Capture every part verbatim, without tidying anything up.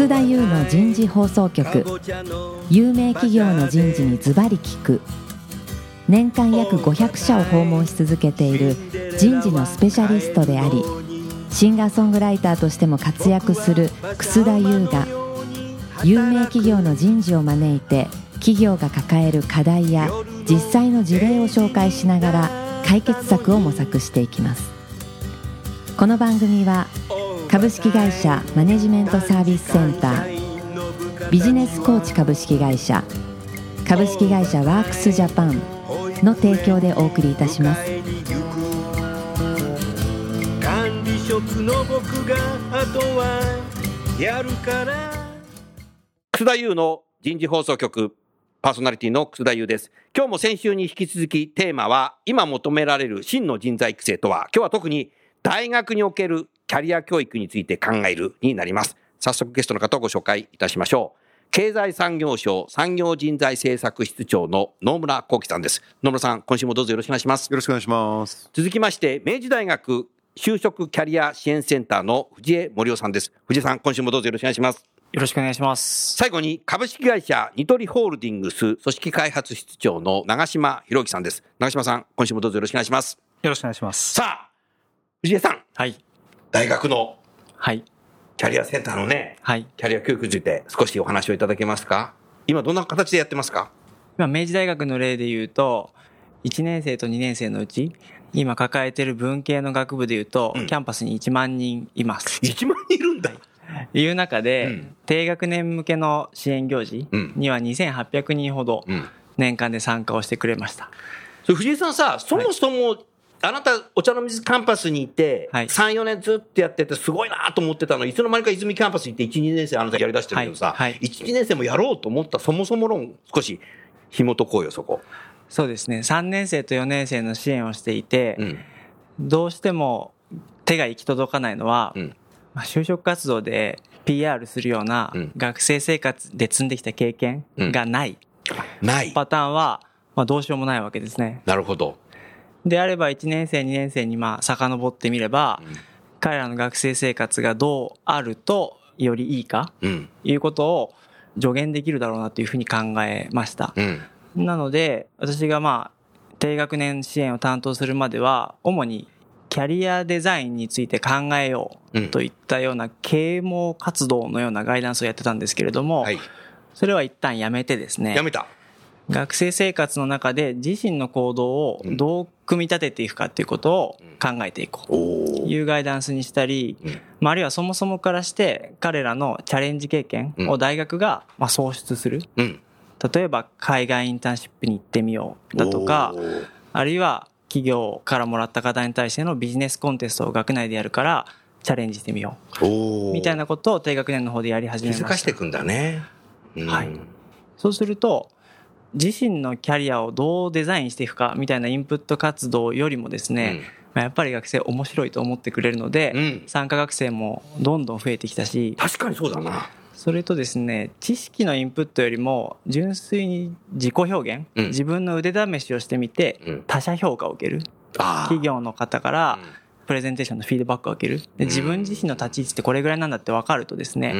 楠田優の人事放送局。有名企業の人事にズバリ聞く。年間約ごひゃくしゃを訪問し続けている人事のスペシャリストであり、シンガーソングライターとしても活躍する楠田優が、有名企業の人事を招いて企業が抱える課題や実際の事例を紹介しながら解決策を模索していきます。この番組は株式会社マネジメントサービスセンター、ビジネスコーチ株式会社、株式会社ワークスジャパンの提供でお送りいたします。 管理職の僕があとはやるから。楠田優の人事放送局パーソナリティの楠田優です。今日も先週に引き続きテーマは、今求められる真の人材育成とは。今日は特に大学におけるキャリア教育について考えるになります。早速ゲストの方をご紹介いたしましょう。経済産業省産業人材政策室長の野村幸喜さんです。野村さん、今週もどうぞよろしくお願いします。 よろしくお願いします。 続きまして、明治大学就職キャリア支援センターの藤江森夫さんです。藤江さん、今週もどうぞよろしくお願いします。 よろしくお願いします。 最後に株式会社ニトリホールディングス組織開発室長の長島博之さんです。長島さん、今週もどうぞよろしくお願いします。 よろしくお願いします。 さあ、藤江さん、 はい、 大学のはいキャリアセンターのね、 はい、 キャリア教育について少しお話をいただけますか。今どんな形でやってますか。 今明治大学の例で言うと、いちねん生とにねん生のうち今抱えている文系の学部で言うと、うん、キャンパスにいちまんにんいます。 いちまんにんいるんだ。 いう中で、うん、低学年向けの支援行事にはにせんはっぴゃくにんほど年間で参加をしてくれました。 うん、藤井さんさ、そもそも、はい、あなたお茶の水キャンパスにいて、はい、さん、よねんずっとやっててすごいなと思ってたの、いつの間にか泉キャンパスに行っていち、にねん生あなたやりだしてるけどさ、はいはい、いち、にねん生もやろうと思ったそもそも論少し紐解こうよ、そこ。 そうですね、さんねん生とよねん生の支援をしていて、うん、どうしても手が行き届かないのは、うん、まあ、就職活動で ピーアール するような学生生活で積んできた経験がない、 うん、ないパターンは、まあ、どうしようもないわけですね。 なるほど。 であればいちねん生にねん生にまあ遡ってみれば、うん、彼らの学生生活がどうあるとよりいいか、うん、いうことを助言できるだろうなというふうに考えました、うん、なので私がまあ低学年支援を担当するまでは主にキャリアデザインについて考えようといったような啓蒙活動のようなガイダンスをやってたんですけれども、はい、それは一旦やめてですね、 やめた。 学生生活の中で自身の行動をどう組み立てていくかということを考えていこうというガイダンスにしたり、まあ、あるいはそもそもからして彼らのチャレンジ経験を大学がまあ創出する、例えば海外インターンシップに行ってみようだとか、あるいは企業からもらった課題に対してのビジネスコンテストを学内でやるからチャレンジしてみようみたいなことを低学年の方でやり始めました。 気づかしていくんだね、うん、 はい。そうすると自身のキャリアをどうデザインしていくかみたいなインプット活動よりもですね、うん、やっぱり学生面白いと思ってくれるので、うん、参加学生もどんどん増えてきたし、 確かにそうだな。 それとですね、知識のインプットよりも純粋に自己表現、うん、自分の腕試しをしてみて他者評価を受ける、企業の方からプレゼンテーションのフィードバックを受ける。で、自分自身の立ち位置ってこれぐらいなんだって分かるとですね、うん、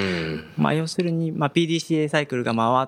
まあ要するに、まあ、ピーディーシーエー サイクルが回って、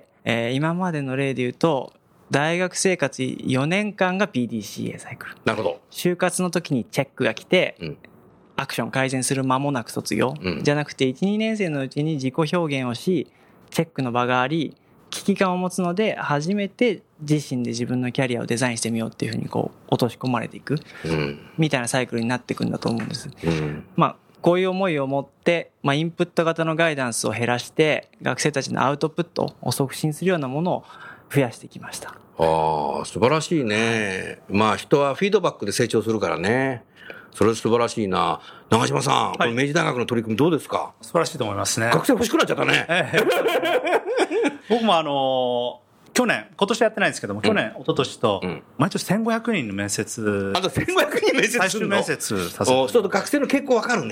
えー、今までの例で言うと大学生活よねんかんが ピーディーシーエー サイクル。 なるほど。 就活の時にチェックが来て、うん、アクション改善する間もなく卒業、うん、じゃなくていち、にねん生のうちに自己表現をし、チェックの場があり、危機感を持つので初めて自身で自分のキャリアをデザインしてみようっていうふうにこう落とし込まれていく、うん、みたいなサイクルになっていくんだと思うんです、うん、まあこういう思いを持って、まあ、インプット型のガイダンスを減らして学生たちのアウトプットを促進するようなものを増やしてきました。 ああ、素晴らしいね。まあ人はフィードバックで成長するからね。それ素晴らしいな。長島さん、はい、この明治大学の取り組みどうですか。 素晴らしいと思いますね。 学生欲しくなっちゃったね。ええ、 僕もあの去年、今年やってないんですけども、去年、一昨年と、毎年せんごひゃくにんの面接。 あとせんごひゃくにん面接するの。 最終面接させて。 そうすると学生の傾向わかるね。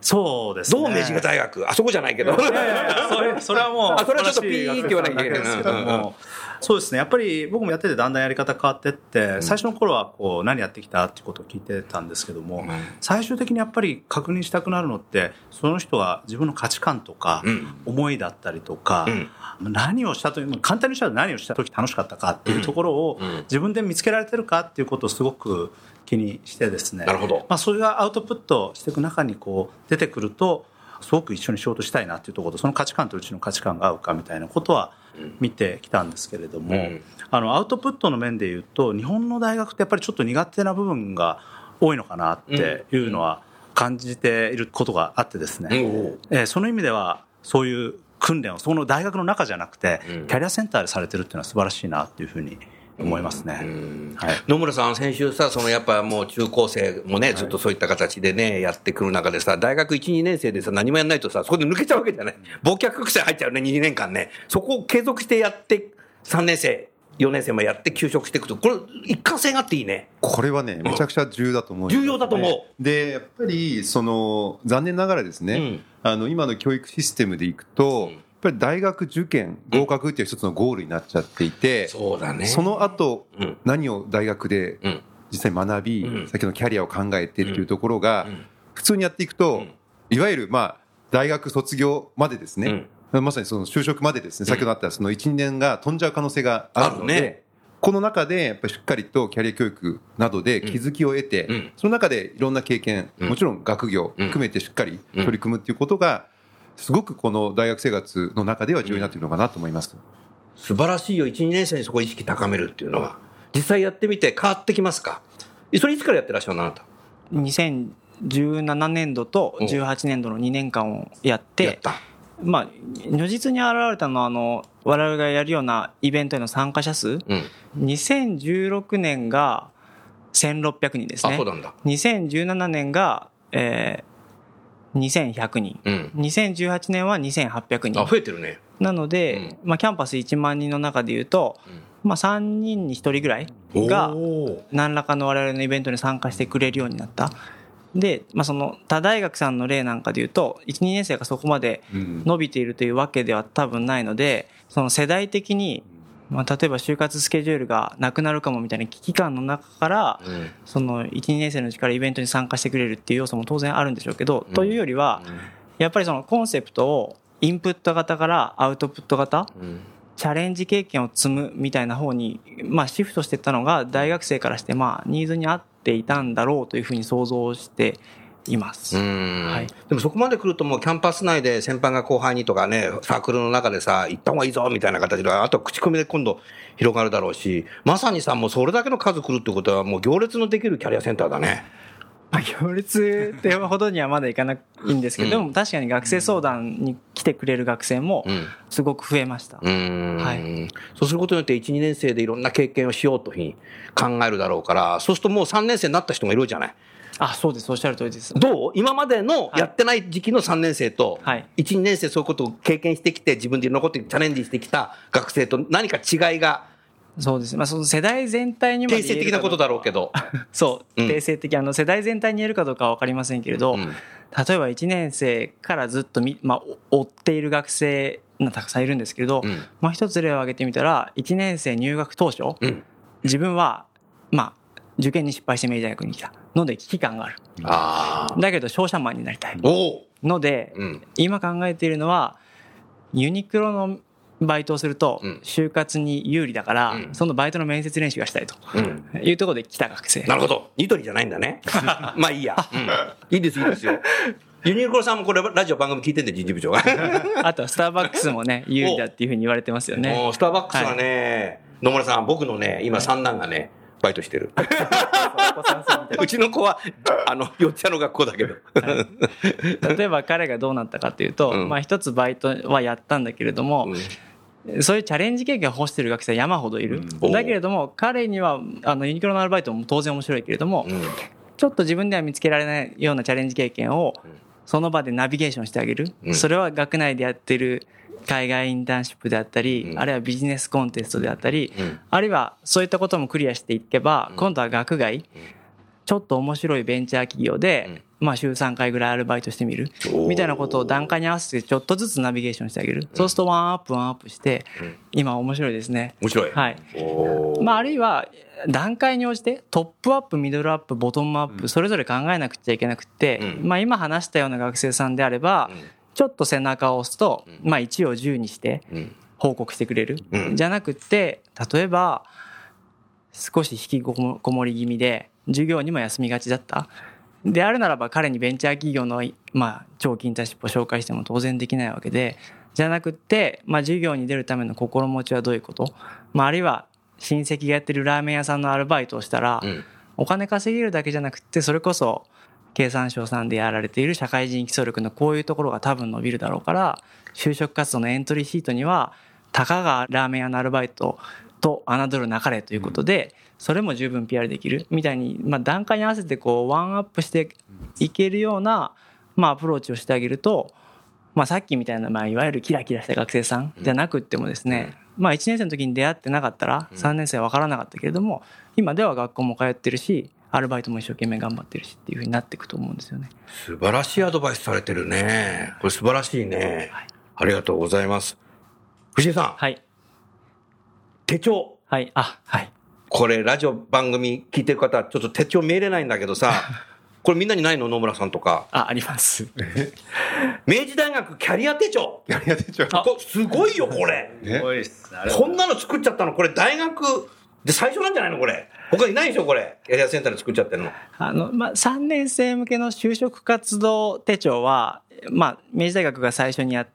そうですね。 どう明治大学あそこじゃないけど。いやいやいやそれ、それはもう、 あ、それはちょっとピーって言わなきゃいけないですけども、そうですね。やっぱり僕もやっててだんだんやり方変わってって、うん、最初の頃はこう何やってきたっていうことを聞いてたんですけども、うん、最終的にやっぱり確認したくなるのって、その人が自分の価値観とか、うん、思いだったりとか、うん、何をしたという、簡単にしたら何をした時楽しかったかっていうところを自分で見つけられてるかっていうことをすごく気にしてですね。 なるほど。 まあそれがアウトプットしていく中にこう出てくると、すごく一緒に仕事したいなっていうところと、その価値観とうちの価値観が合うかみたいなことは見てきたんですけれども、うん、あのアウトプットの面でいうと、日本の大学ってやっぱりちょっと苦手な部分が多いのかなっていうのは感じていることがあってですね、うんえー、その意味ではそういう訓練をその大学の中じゃなくて、キャリアセンターでされてるっていうのは素晴らしいなっていうふうに思いますね。うんうんはい、 野村さん、先週さ、そのやっぱもう中高生もね、ずっとそういった形でね、やってくる中でさ、大学いち、にねん生でさ、何もやんないとさ、そこで抜けちゃうわけじゃない。忘却学生入っちゃうね、にねんかんね。そこを継続してやって、さんねん生、よねん生もやって休職していくと、これ、一貫性があっていいね。 これはね、めちゃくちゃ重要だと思う、 ね。重要だと思う。 で、やっぱり、その、残念ながらですね、うん、あの、今の教育システムでいくと、うんやっぱり大学受験合格っていう一つのゴールになっちゃっていて、 うん、そうだね、 その後、うん、何を大学で実際学び、うん、先のキャリアを考えてっていうところが、うん、普通にやっていくと、うん、いわゆるまあ大学卒業までですね、うん、まさにその就職までですね、先ほどあったそのいち、にねんが飛んじゃう可能性があるので、ね、この中でやっぱりしっかりとキャリア教育などで気づきを得て、うん、その中でいろんな経験、うん、もちろん学業含めてしっかり取り組むっていうことが、すごくこの大学生活の中では重要になっているのかなと思います、うん、 素晴らしいよ。いち、にねん生にそこ意識高めるっていうのは実際やってみて変わってきますか？それいつからやってらっしゃるのあなた？ にせんじゅうななねんどとじゅうはちねんどのにねんかんをやってやった、 まあ、如実に現れたのはあの我々がやるようなイベントへの参加者数、うん、にせんじゅうろくねんがせんろっぴゃくにんですね。 あ、そうなんだ。 にせんじゅうななねんが、えーにせんひゃくにん、うん、にせんじゅうはちねんはにせんはっぴゃくにん。 あ、増えてるね。 なので、うんまあ、キャンパスいちまんにんの中でいうと、うんまあ、さんにんにひとりぐらいが何らかの我々のイベントに参加してくれるようになった。で、まあ、その他大学さんの例なんかでいうといち、にねん生がそこまで伸びているというわけでは多分ないので、その世代的にまあ、例えば就活スケジュールがなくなるかもみたいな危機感の中から、うん、そのいち、にねん生のうちからイベントに参加してくれるっていう要素も当然あるんでしょうけど、うん、というよりは、うん、やっぱりそのコンセプトをインプット型からアウトプット型、うん、チャレンジ経験を積むみたいな方に、まあ、シフトしていったのが大学生からしてまあニーズに合っていたんだろうというふうに想像しています。 うん、はい、でもそこまで来るともうキャンパス内で先輩が後輩にとかね、サークルの中でさ行った方がいいぞみたいな形で、あとは口コミで今度広がるだろうし、まさにさもうそれだけの数来るってことはもう行列のできるキャリアセンターだね。 まあ、行列ってほどにはまだいかないんですけど、うん、でも確かに学生相談に来てくれる学生もすごく増えました。うん、 はい、そうすることによっていち、にねん生でいろんな経験をしようというふうに考えるだろうから、そうするともうさんねん生になった人がいるじゃない。 あ、そうです。おっしゃる通りです。 どう？今までのやってない時期のさんねん生と、はい、いち、にねん生そういうことを経験してきて自分で残ってチャレンジしてきた学生と何か違いが。 そうですね。まあその世代全体にも定性的なことだろうけど。 そう。定性的、あの世代全体に言えるかどうかは分かりませんけれど、うん、例えばいちねん生からずっとみ、まあ、追っている学生がたくさんいるんですけれど、うん、まあ一つ例を挙げてみたら、いちねん生入学当初、うん、自分は、まあ、受験に失敗して明治大学に来たので危機感がある。あだけど商社マンになりたいので、うん、今考えているのはユニクロのバイトをすると就活に有利だから、うん、そのバイトの面接練習がしたいというところで来た学生、うん、 なるほど。ニトリじゃないんだねまあいいや、うん、いいですいいですよ。ユニクロさんもこれラジオ番組聞いてんで人事部長があとはスターバックスもね有利だっていうふうに言われてますよね。 スターバックスはね、はい、野村さん僕のね今三男がねバイトしてるうちの子はあの幼稚園の学校だけど、 はい、例えば彼がどうなったかというと、うん、まあ一つバイトはやったんだけれども、うん、そういうチャレンジ経験を欲している学生は山ほどいる、うん、だけれども彼にはあのユニクロのアルバイトも当然面白いけれども、うん、ちょっと自分では見つけられないようなチャレンジ経験をその場でナビゲーションしてあげる、うん、それは学内でやってる海外インターンシップであったり、うん、あるいはビジネスコンテストであったり、うん、あるいはそういったこともクリアしていけば、うん、今度は学外、うん、ちょっと面白いベンチャー企業で、うん、 まあ週さんかいぐらいアルバイトしてみるみたいなことを段階に合わせてちょっとずつナビゲーションしてあげる。そうするとワンアップワンアップして、今面白いですね。 面白い。 はい。まああるいは段階に応じてトップアップ、ミドルアップ、ボトムアップそれぞれ考えなくちゃいけなくて、まあ今話したような学生さんであれば、ちょっと背中を押すと、まあいちをじゅうにして報告してくれる。じゃなくて、例えば少し引きこもり気味で授業にも休みがちだったであるならば、彼にベンチャー企業の、まあ、長期インターンシップを紹介しても当然できないわけで、じゃなくて、まあ、授業に出るための心持ちはどういうこと、まあ、あるいは親戚がやってるラーメン屋さんのアルバイトをしたら、うん、お金稼げるだけじゃなくて、それこそ経産省さんでやられている社会人基礎力のこういうところが多分伸びるだろうから、就職活動のエントリーシートにはたかがラーメン屋のアルバイトと侮るなかれということで、それも十分 ピーアール できるみたいに、まあ、段階に合わせてこうワンアップしていけるような、まあ、アプローチをしてあげると、まあ、さっきみたいな、まあ、いわゆるキラキラした学生さんじゃなくってもですね、まあ、いちねん生の時に出会ってなかったらさんねん生は分からなかったけれども、今では学校も通ってるし、アルバイトも一生懸命頑張ってるしっていう風になっていくと思うんですよね。 素晴らしいアドバイスされてるね。これ素晴らしいね、はい、ありがとうございます。藤井さん、 はい、 手帳、 はい、あ、はい、 これラジオ番組聞いてる方ちょっと手帳見えれないんだけどさこれみんなにないの？野村さんとか。 あ、あります明治大学キャリア手帳。 キャリア手帳。 こすごいよこれ。 すごいっす。 こんなの作っちゃったのこれ大学で最初なんじゃないのこれ。他にないでしょこれ。キャリアセンターで作っちゃってるの。 あの、まあ、さんねん生向けの就職活動手帳は、まあ、明治大学が最初にやって、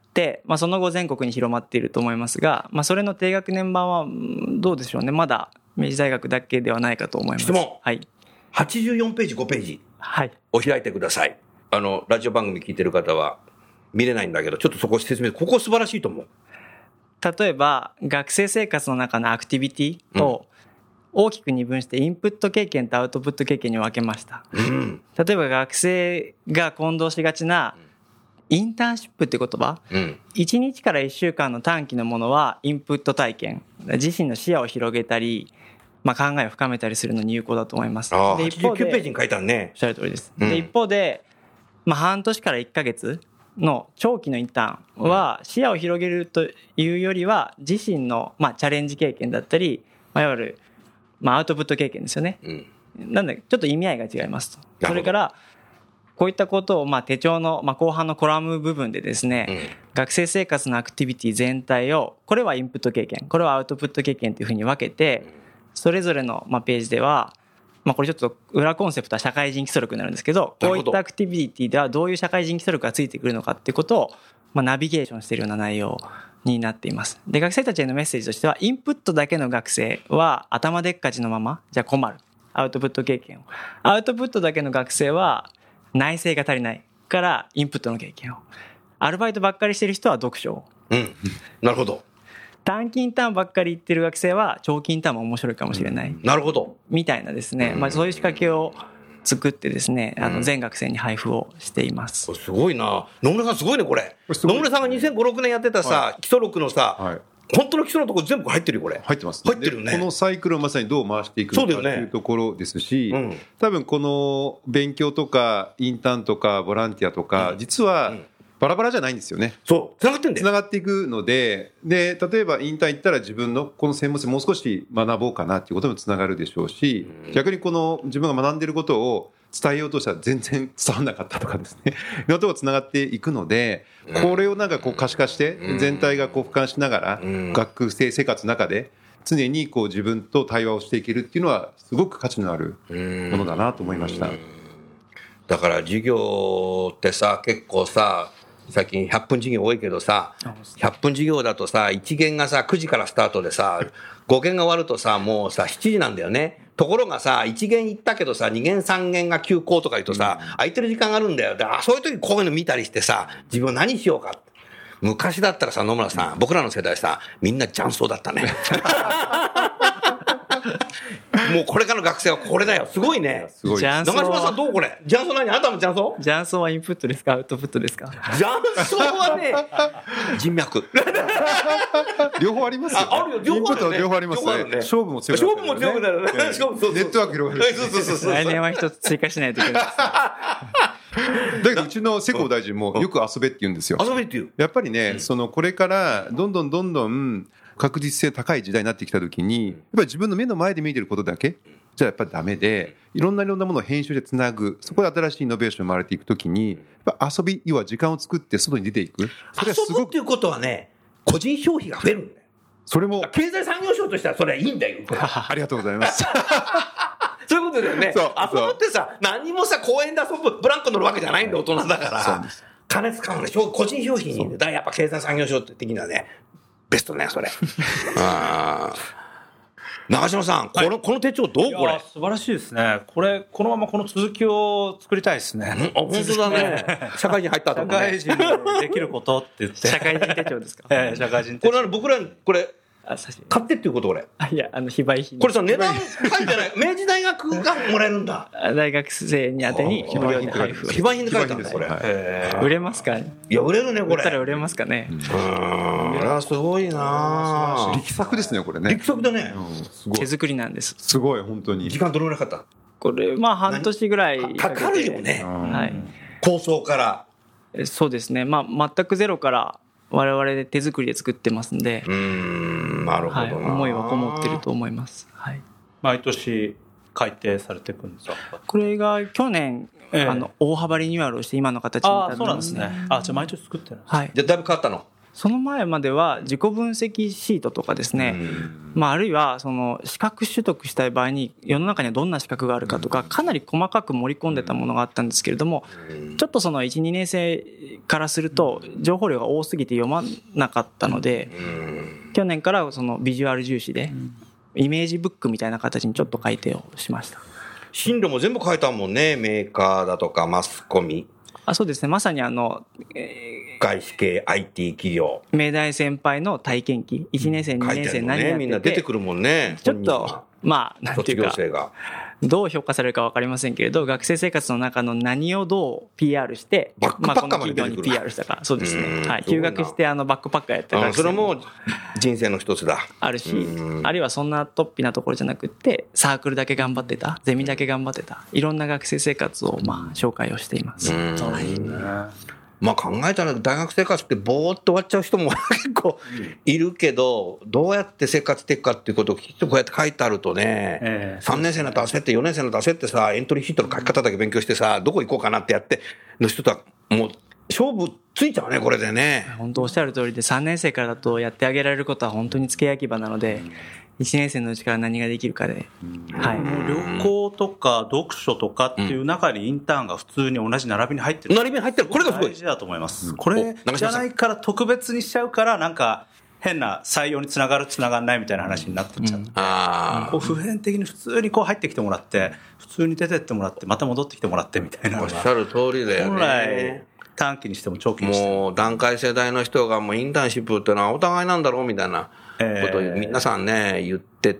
まあ、その後全国に広まっていると思いますが、まあ、それの低学年版はどうでしょうね。まだ明治大学だけではないかと思います。 質問。 はい。 はちじゅうよんページごページ。 はい。 お開いてください。あの、ラジオ番組聞いてる方は見れないんだけど、ちょっとそこを説明、ここ素晴らしいと思う。 例えば、学生生活の中のアクティビティを大きく二分して、インプット経験とアウトプット経験に分けました。うん、例えば、学生が混同しがちな、インターンシップって言葉、うん、いちにちからいっしゅうかんの短期のものはインプット体験。自身の視野を広げたり、まあ、考えを深めたりするのに有効だと思います。 ああ、で一方ではちじゅうきゅうページに書いてあるね。 おっしゃる通りです。うん、で一方で、まあ、半年からいっかげつの長期のインターンは視野を広げるというよりは自身の、まあ、チャレンジ経験だったり、まあ、いわゆる、まあ、アウトプット経験ですよね。うん、なんでちょっと意味合いが違いますと。それからこういったことを、まあ、手帳の、まあ、後半のコラム部分でですね、うん、学生生活のアクティビティ全体を、これはインプット経験、これはアウトプット経験というふうに分けて、それぞれの、まあ、ページでは、まあ、これちょっと裏コンセプトは社会人基礎力になるんですけど、こういったアクティビティではどういう社会人基礎力がついてくるのかっていうことを、まあ、ナビゲーションしているような内容になっています。で、学生たちへのメッセージとしては、インプットだけの学生は頭でっかちのままじゃ困る。アウトプット経験を。アウトプットだけの学生は内政が足りないからインプットの経験を。アルバイトばっかりしてる人は読書を。 うん。なるほど。 短期インターンばっかり行ってる学生は長期インターンも面白いかもしれない。 うん、なるほど。 みたいなですね。まあそういう仕掛けを作ってですね、あの全学生に配布をしています。 これすごいな。野村さんすごいねこれ。野村さんがにせんご、ろくねんやってたさ、はい、基礎力のさ、はい、本当の基礎のところ全部入ってるよこれ。 入ってます、 ね。入ってるね。 このサイクルをまさにどう回していくのかというところですし、ねうん、多分この勉強とかインターンとかボランティアとか、うん、実は、うんバラバラじゃないんですよね。 そう。繋がってんだよ。 繋がっていくので、で、例えばインターン行ったら自分のこの専門性もう少し学ぼうかなっていうことも繋がるでしょうし、うん、逆にこの自分が学んでいることを伝えようとしたら全然伝わんなかったとかですね。のとこ繋がっていくので、これをなんかこう可視化して、全体がこう俯瞰しながら、学生生活の中で常にこう自分と対話をしていけるっていうのはすごく価値のあるものだなと思いました。 だから授業ってさ、結構さ、最近ひゃっぷん授業多いけどさ、ひゃっぷん授業だとさ、いち限がさ、くじからスタートでさ、ご限が終わるとさ、もうさ、しちじなんだよね。ところがさ、いち限行ったけどさ、に限さん限が休校とか言うとさ、空いてる時間があるんだよ。だからそういう時こういうの見たりしてさ、自分何しようか。昔だったらさ、野村さん、僕らの世代さ、みんな雀荘だったね。もうこれからの学生はこれだよ。すごいね。すごい。長島さんどうこれ？雀荘何？あんたも雀荘？ 雀荘はインプットですかアウトプットですか？ 雀荘はね、人脈。 両方ありますよ、ね。 あ、あるよ。両方ある、ね。 両方ありますね。勝負も強くなる、ね。勝負も強くなるね。 ネットワーク広がる。 そうそうそうそう。 来年は一つ追加しないといけないです。 だけどうちの世耕大臣もよく遊べって言うんですよ。 遊べって言う。 やっぱりね、そのこれからどんどんどんどん確実性高い時代になってきたときに、やっぱり自分の目の前で見えてることだけじゃやっぱりダメで、いろんないろんなものを編集でつなぐ、そこで新しいイノベーションが生まれていくときに、やっぱ遊び、要は時間を作って外に出ていく。それはすごく遊ぶっていうことはね、個人消費が増えるんだよ。 それも経済産業省としてはそれはいいんだよ。 ありがとうございます。 そういうことだよね。 そう遊ぶってさ、何もさ、公園で遊ぶ、ブランコ乗るわけじゃないんだ、大人だから。 そうです。 金使うのね、個人消費に、だからやっぱ経済産業省的にはね、ベストね、それ。あ長嶋さん、この、はい、この手帳どうこれ。 素晴らしいですね。これ、このままこの続きを作りたいですね。 あ、本当だね。社会人入った後もね。 社会人でできることって言って。 社会人手帳ですか。 ええ、社会人手帳。 これ僕らに、これ、買ってっていうことこれ。 あ、いや、あの、非売品。 これさ、値段書いてない。明治大学がもらえるんだ。 大学生に宛てに非売品で配布。 非売品で書いてあるんだ、これ。 売れますかね。 いや、売れるね、これ。 売ったら売れますかね。 うん。これはすごいな力作ですね、これね。 力作だね。 手作りなんです。 すごい、本当に。 時間どのぐらいかかった？ これ、まあ、半年ぐらいかかるよね。 はい。 構想から。 そうですね。まあ、全くゼロから、我々で手作りで作ってますんで、 うーん、なるほどな、 はい、思いはこもってると思います。はい。 毎年改定されていくんですか？ これが去年、えー、あの大幅リニューアルをして今の形に至ってますね。 あ、そうなんですね。あ、じゃあ毎年作ってるんですね。 はい。 じゃあだいぶ変わったの？ その前までは自己分析シートとかですね、まあ、あるいはその資格取得したい場合に世の中にはどんな資格があるかとかかなり細かく盛り込んでたものがあったんですけれども、ちょっとそのいち、にねん生からすると情報量が多すぎて読まなかったので、去年からそのビジュアル重視でイメージブックみたいな形にちょっと改定をしました。 進路も全部変えたもんね。メーカーだとかマスコミ。 あ、そうですね。まさにあの、えー外資系 アイティー 企業。 明大先輩の体験記。いちねん生、にねん生何やってて、 ね、みんな出てくるもんね。 ちょっと、まあ、なんていうか、 卒業生がどう評価されるか分かりませんけれど、学生生活の中の何をどう ピーアールして、 バックパッカーまで出てくる。 まあ、この企業に ピーアール したか。そうですね。はい。休学してあのバックパッカーやった学生それも人生の一つだ。 あるし、あるいはそんな突飛なところじゃなくって、サークルだけ頑張ってた、ゼミだけ頑張ってた、いろんな学生生活をまあ紹介をしています。はい。 まあ考えたら大学生活ってぼーっと終わっちゃう人も結構いるけど、どうやって生活していくかっていうことをきっとこうやって書いてあるとね、えー、さんねん生の出せってよねん生の出せってさ、エントリーシートの書き方だけ勉強してさ、どこ行こうかなってやっての人とはもう勝負ついちゃうね、これでね。 本当おっしゃる通りで、さんねん生からだとやってあげられることは本当に付け焼き場なので、いちねん生のうちから何ができるかで、 はい、旅行とか読書とかっていう中にインターンが普通に同じ並びに入ってる。 並びに入ってる。これがすごい大事だと思います。これじゃないから特別にしちゃうから、なんか変な採用につながるつながらないみたいな話になってっちゃう。うん、あこう普遍的に普通にこう入ってきてもらって、普通に出てってもらって、また戻ってきてもらってみたいなのが。 おっしゃる通りだよね。 本来短期にしても長期にしても。 もう段階世代の人がもうインターンシップってのはお互いなんだろうみたいな。ことを皆さんね、言ってって、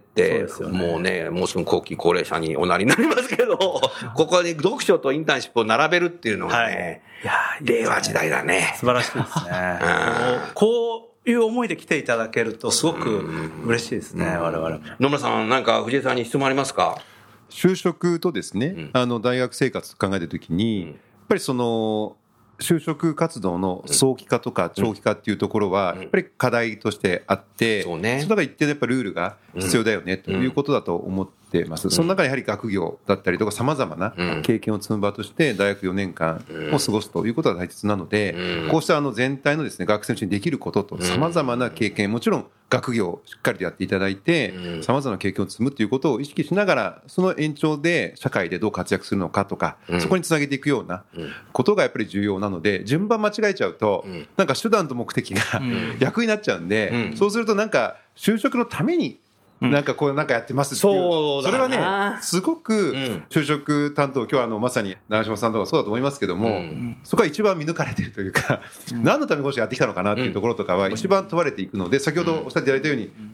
ね、もうね、もうすぐ後期高齢者におなりになりますけど、ここに読書とインターンシップを並べるっていうのがね、はい、いや、令和時代だね。 素晴らしいですね。こういう思いで来ていただけるとすごく嬉しいですね、我々も。 野村さん、なんか藤井さんに質問ありますか？ 就職とですね、うん、あの大学生活考えたときに、うん、やっぱりその、就職活動の早期化とか長期化っていうところはやっぱり課題としてあって、その中一定のやっぱルールが必要だよねということだと思ってます。その中にやはり学業だったりとか様々な経験を積む場として大学よねんかんを過ごすということが大切なので、こうしたあの全体のですね学生のうちにできることと様々な経験、もちろん学業をしっかりとやっていただいて様々な経験を積むということを意識しながら、その延長で社会でどう活躍するのかとか、そこにつなげていくようなことがやっぱり重要なので、順番間違えちゃうとなんか手段と目的が逆になっちゃうんで、そうするとなんか就職のためになんかこうなんかやってますっていう、 そうだな。 それはねすごく就職担当、今日はあのまさに長嶋さんとかそうだと思いますけども、そこは一番見抜かれているというか、何のためにこうしてやってきたのかなっていうところとかは一番問われていくので、先ほどおっしゃっていただいたように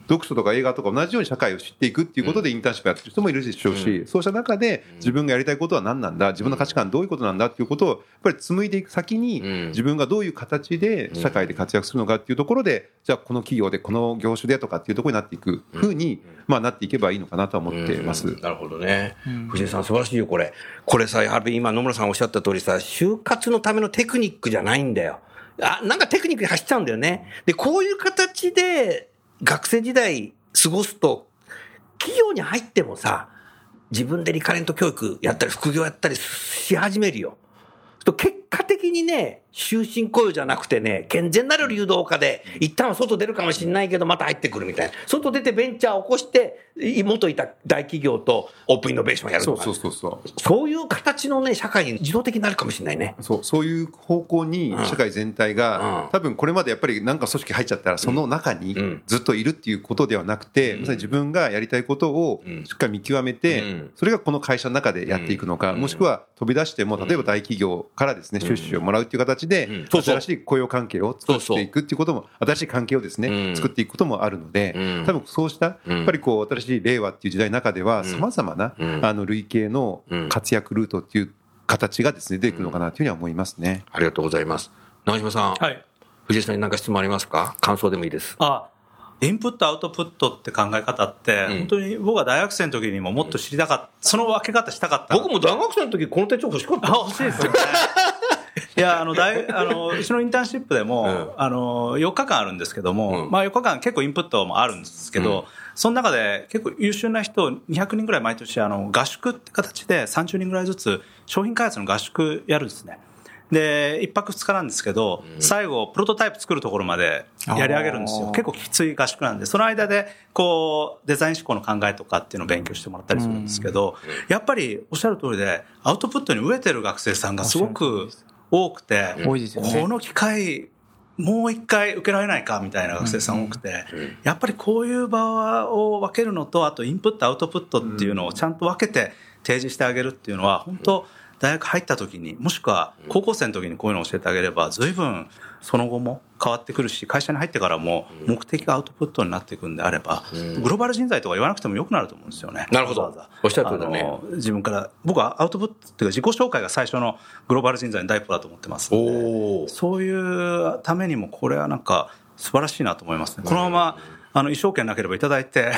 読書とか映画とか同じように社会を知っていくっていうことでインターンシップやってる人もいるでしょうし、うん、そうした中で自分がやりたいことは何なんだ、自分の価値観どういうことなんだっていうことをやっぱり紡いでいく先に、自分がどういう形で社会で活躍するのかっていうところで、じゃあこの企業でこの業種でとかっていうところになっていくふうに、まあ、なっていけばいいのかなとは思ってます、 うん、なるほどね、うん、藤井さん素晴らしいよこれこれさ、やはり今野村さんおっしゃった通りさ、就活のためのテクニックじゃないんだよ。あ、なんかテクニックに走っちゃうんだよね。で、こういう形で学生時代過ごすと、企業に入ってもさ、自分でリカレント教育やったり副業やったりし始めるよ。結果的にね、終身雇用じゃなくてね、健全なる流動化で、一旦は外出るかもしれないけど、また入ってくるみたいな。外出てベンチャーを起こして、元いた大企業とオープンイノベーションやるとか。 そうそうそうそう。 そういう形のね、社会に自動的になるかもしれないね。 そう、そういう方向に社会全体が、うん、多分これまでやっぱりなんか組織入っちゃったら、その中にずっといるっていうことではなくて、うん、まさに自分がやりたいことをしっかり見極めて、うん、それがこの会社の中でやっていくのか、うん、もしくは飛び出しても、例えば大企業からですね、出資をもらうっていう形で、うん、新しい雇用関係を作っていくっていうことも、新しい関係をですね、うん、作っていくこともあるので、うん、多分そうした、やっぱりこう、新しい令和っていう時代の中では、様々な、うん、あの、類型の活躍ルートっていう形がですね、出てくるのかなというふうには思いますね。 ありがとうございます。長嶋さん。はい。藤井さんに何か質問ありますか？感想でもいいです。 あ、インプットアウトプットって考え方って、うん、本当に僕は大学生の時にももっと知りたかった、その分け方したかった。 僕も大学生の時この手帳欲しかった。 あ、欲しいですよね。いや、あの、大、あの、うちのインターンシップでも、うん、あの、よっかかんあるんですけども、うん、まあよっかかん結構インプットもあるんですけど、うん、その中で結構優秀な人にひゃくにんぐらい毎年、あの、合宿って形でさんじゅうにんぐらいずつ商品開発の合宿やるんですね。で、いっぱくふつかなんですけど、うん、最後、プロトタイプ作るところまでやり上げるんですよ。結構きつい合宿なんで、その間で、こう、デザイン思考の考えとかっていうのを勉強してもらったりするんですけど、うん、やっぱりおっしゃる通りで、アウトプットに飢えてる学生さんがすごく多くて、 多いですよね。 この機会、もう一回受けられないかみたいな学生さん多くて、うんうん、やっぱりこういう場を分けるのと、あとインプット、アウトプットっていうのをちゃんと分けて提示してあげるっていうのは、本当、大学入った時にもしくは高校生の時にこういうのを教えてあげれば随分その後も変わってくるし、会社に入ってからも目的がアウトプットになっていくんであれば、グローバル人材とか言わなくてもよくなると思うんですよね。 なるほど、おっしゃる通りだね。 自分から僕はアウトプットっていうか自己紹介が最初のグローバル人材の第一歩だと思ってますので、そういうためにもこれはなんか素晴らしいなと思いますね。このままあの、一生懸命なければいただいて。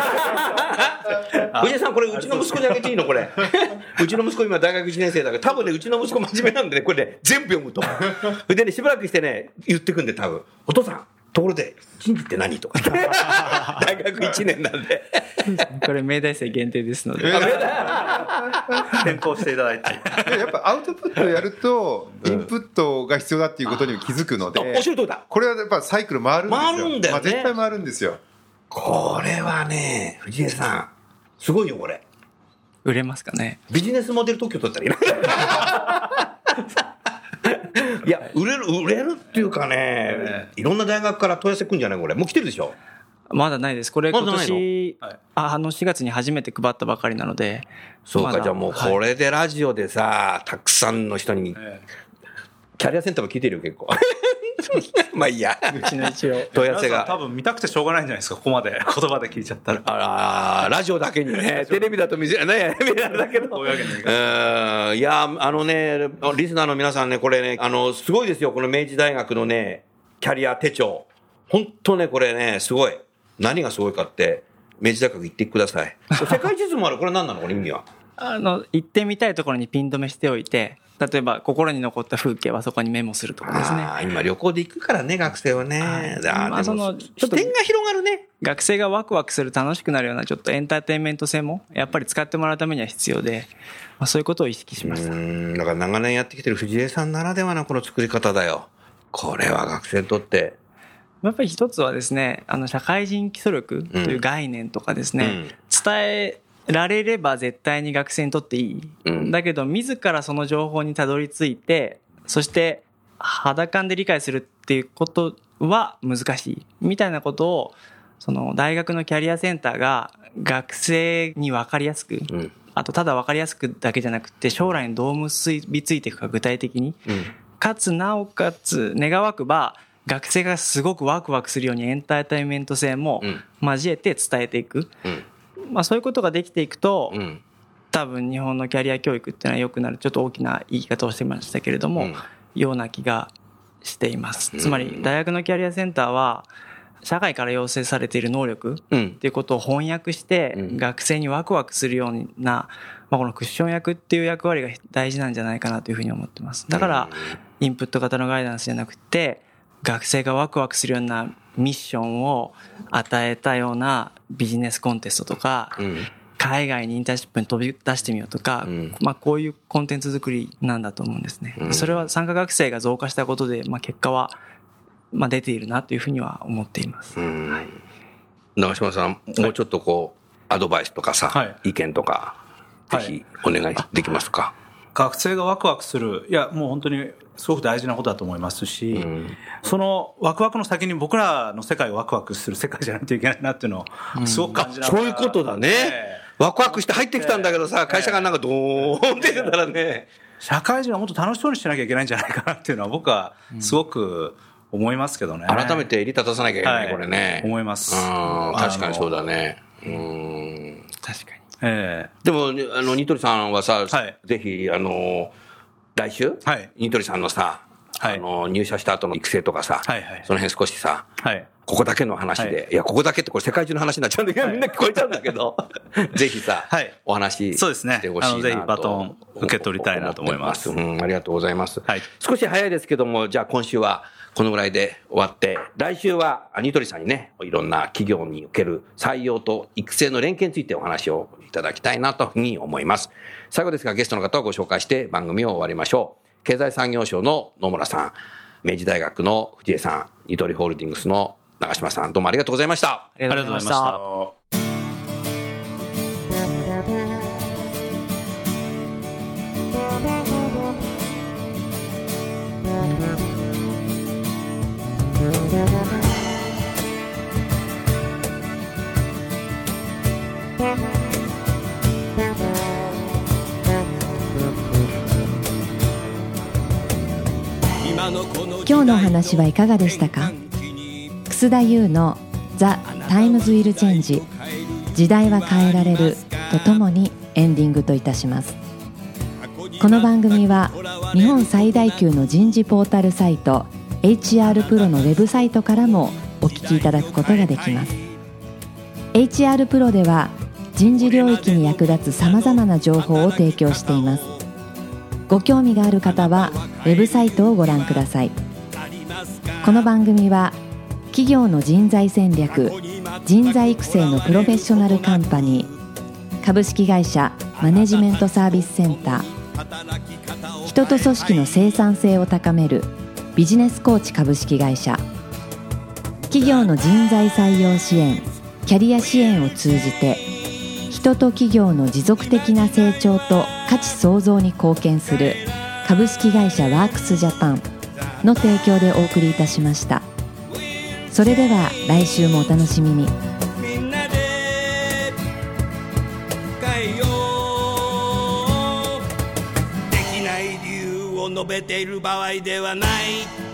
藤井さん、これうちの息子にあげていいのこれ。うちの息子今大学いちねん生だから、多分ね、うちの息子真面目なんでね、これね、全部読むと。でね、しばらくしてね、言ってくんで、多分。お父さん、ところで、人事って何とか。大学いちねんなんで。 これ、明大生限定ですので。 変更していただいて。 やっぱアウトプットをやると、インプットが必要だっていうことに気づくので、 おっしゃる通りだ。 これはやっぱサイクル回るんですよ。 回るんだよね。 まあ、絶対回るんですよ。 これはね、藤井さん、すごいよ、これ。 売れますかね。 ビジネスモデル特許取ったらいいいや、売れる、売れるっていうかね、いろんな大学から問い合わせくんじゃないこれ。もう来てるでしょ？ まだないです。これ今年、はい、あのしがつに初めて配ったばかりなので。 そうか、じゃあもうこれでラジオでさ、たくさんの人に、キャリアセンターも聞いてるよ、結構。まあいいや。 うちの一応。 問い合わせが。 多分見たくてしょうがないんじゃないですか、ここまで言葉で聞いちゃったら。 あら、ラジオだけにね、テレビだと見せない、見ないだけど。うん、いや、あのね、リスナーの皆さんね、これね、あの、すごいですよ、この明治大学のね、キャリア手帳。本当ね、これね、すごい。何がすごいかって、明治大学行ってください。世界地図もある。これ何なのこれ意味は。 あの、行ってみたいところにピン止めしておいて、例えば心に残った風景はそこにメモするとかですね。 あ、今旅行で行くからね、学生はね。あ、 まあ、その視点が広がるね。 学生がワクワクする、楽しくなるようなちょっとエンターテインメント性もやっぱり使ってもらうためには必要で、まあ、そういうことを意識しました。 うん、だから長年やってきてる藤江さんならではのこの作り方だよ。これは学生にとってやっぱり一つはですね、あの社会人基礎力という概念とかですね、うん、伝えられれば絶対に学生にとっていい、うん、だけど自らその情報にたどり着いて、そして肌感で理解するっていうことは難しいみたいなことを、その大学のキャリアセンターが学生に分かりやすく、うん、あとただ分かりやすくだけじゃなくて将来にどう結びついていくか具体的に、うん、かつなおかつ願わくば学生がすごくワクワクするようにエンターテインメント性も交えて伝えていく、まあ、そういうことができていくと、多分日本のキャリア教育っていうのは良くなる、ちょっと大きな言い方をしてましたけれども、ような気がしています。つまり大学のキャリアセンターは社会から要請されている能力っていうことを翻訳して学生にワクワクするような、まあ、このクッション役っていう役割が大事なんじゃないかなというふうに思ってます。だからインプット型のガイダンスじゃなくて、学生がワクワクするようなミッションを与えたようなビジネスコンテストとか、海外にインターンシップに飛び出してみようとか、まあこういうコンテンツ作りなんだと思うんですね。それは参加学生が増加したことで、まあ結果はまあ出ているなというふうには思っています。はい、 長嶋さん、もうちょっとこうアドバイスとかさ、はい、意見とかぜひお願いできますか。はい、 学生がワクワクする、いやもう本当にすごく大事なことだと思いますし、うん、そのワクワクの先に僕らの世界をワクワクする世界じゃないといけないなっていうのをすごく感じながら、 うん、そういうことだね、えー、ワクワクして入ってきたんだけどさ、会社がなんかドーンって出てたらね、えー、社会人はもっと楽しそうにしなきゃいけないんじゃないかなっていうのは僕はすごく思いますけどね。 改めて襟立たさなきゃいけない、はい、これね。 思います。 うん、確かにそうだね。うん、 確かに。 えー、でもあのニトリさんはさ、はい、ぜひあの来週、はい、ニトリさんのさ、はい、あの入社した後の育成とかさ、はいはい、その辺少しさ、はい、ここだけの話で、はい、いやここだけってこれ世界中の話になっちゃうんだけど、はい、みんな聞こえちゃうんだけどぜひさ、はい、お話ししてほしいなと。そうですね。あのぜひバトン受け取りたいなと思います。 うん、ありがとうございます。はい、少し早いですけども、じゃあ今週はこのぐらいで終わって、来週はニトリさんにね、いろんな企業における採用と育成の連携についてお話をいただきたいなというふうに思います。最後ですがゲストの方をご紹介して番組を終わりましょう。経済産業省の野村さん、明治大学の藤江さん、ニトリホールディングスの長嶋さん、どうもありがとうございました。 ありがとうございました。 今日のお話はいかがでしたか。楠田優のザ・タイムズ・ウィル・チェンジ、時代は変えられるとともにエンディングといたします。この番組は日本最大級の人事ポータルサイト エイチアール プロのウェブサイトからもお聞きいただくことができます。 エイチアール プロでは人事領域に役立つさまざまな情報を提供しています。ご興味がある方はウェブサイトをご覧ください。この番組は企業の人材戦略、人材育成のプロフェッショナルカンパニー、株式会社マネジメントサービスセンター、人と組織の生産性を高めるビジネスコーチ株式会社、企業の人材採用支援、キャリア支援を通じて人と企業の持続的な成長と価値創造に貢献する株式会社ワークスジャパンの提供でお送りいたしました。それでは来週もお楽しみに。 みんなで変えよう。できない理由を述べている場合ではない。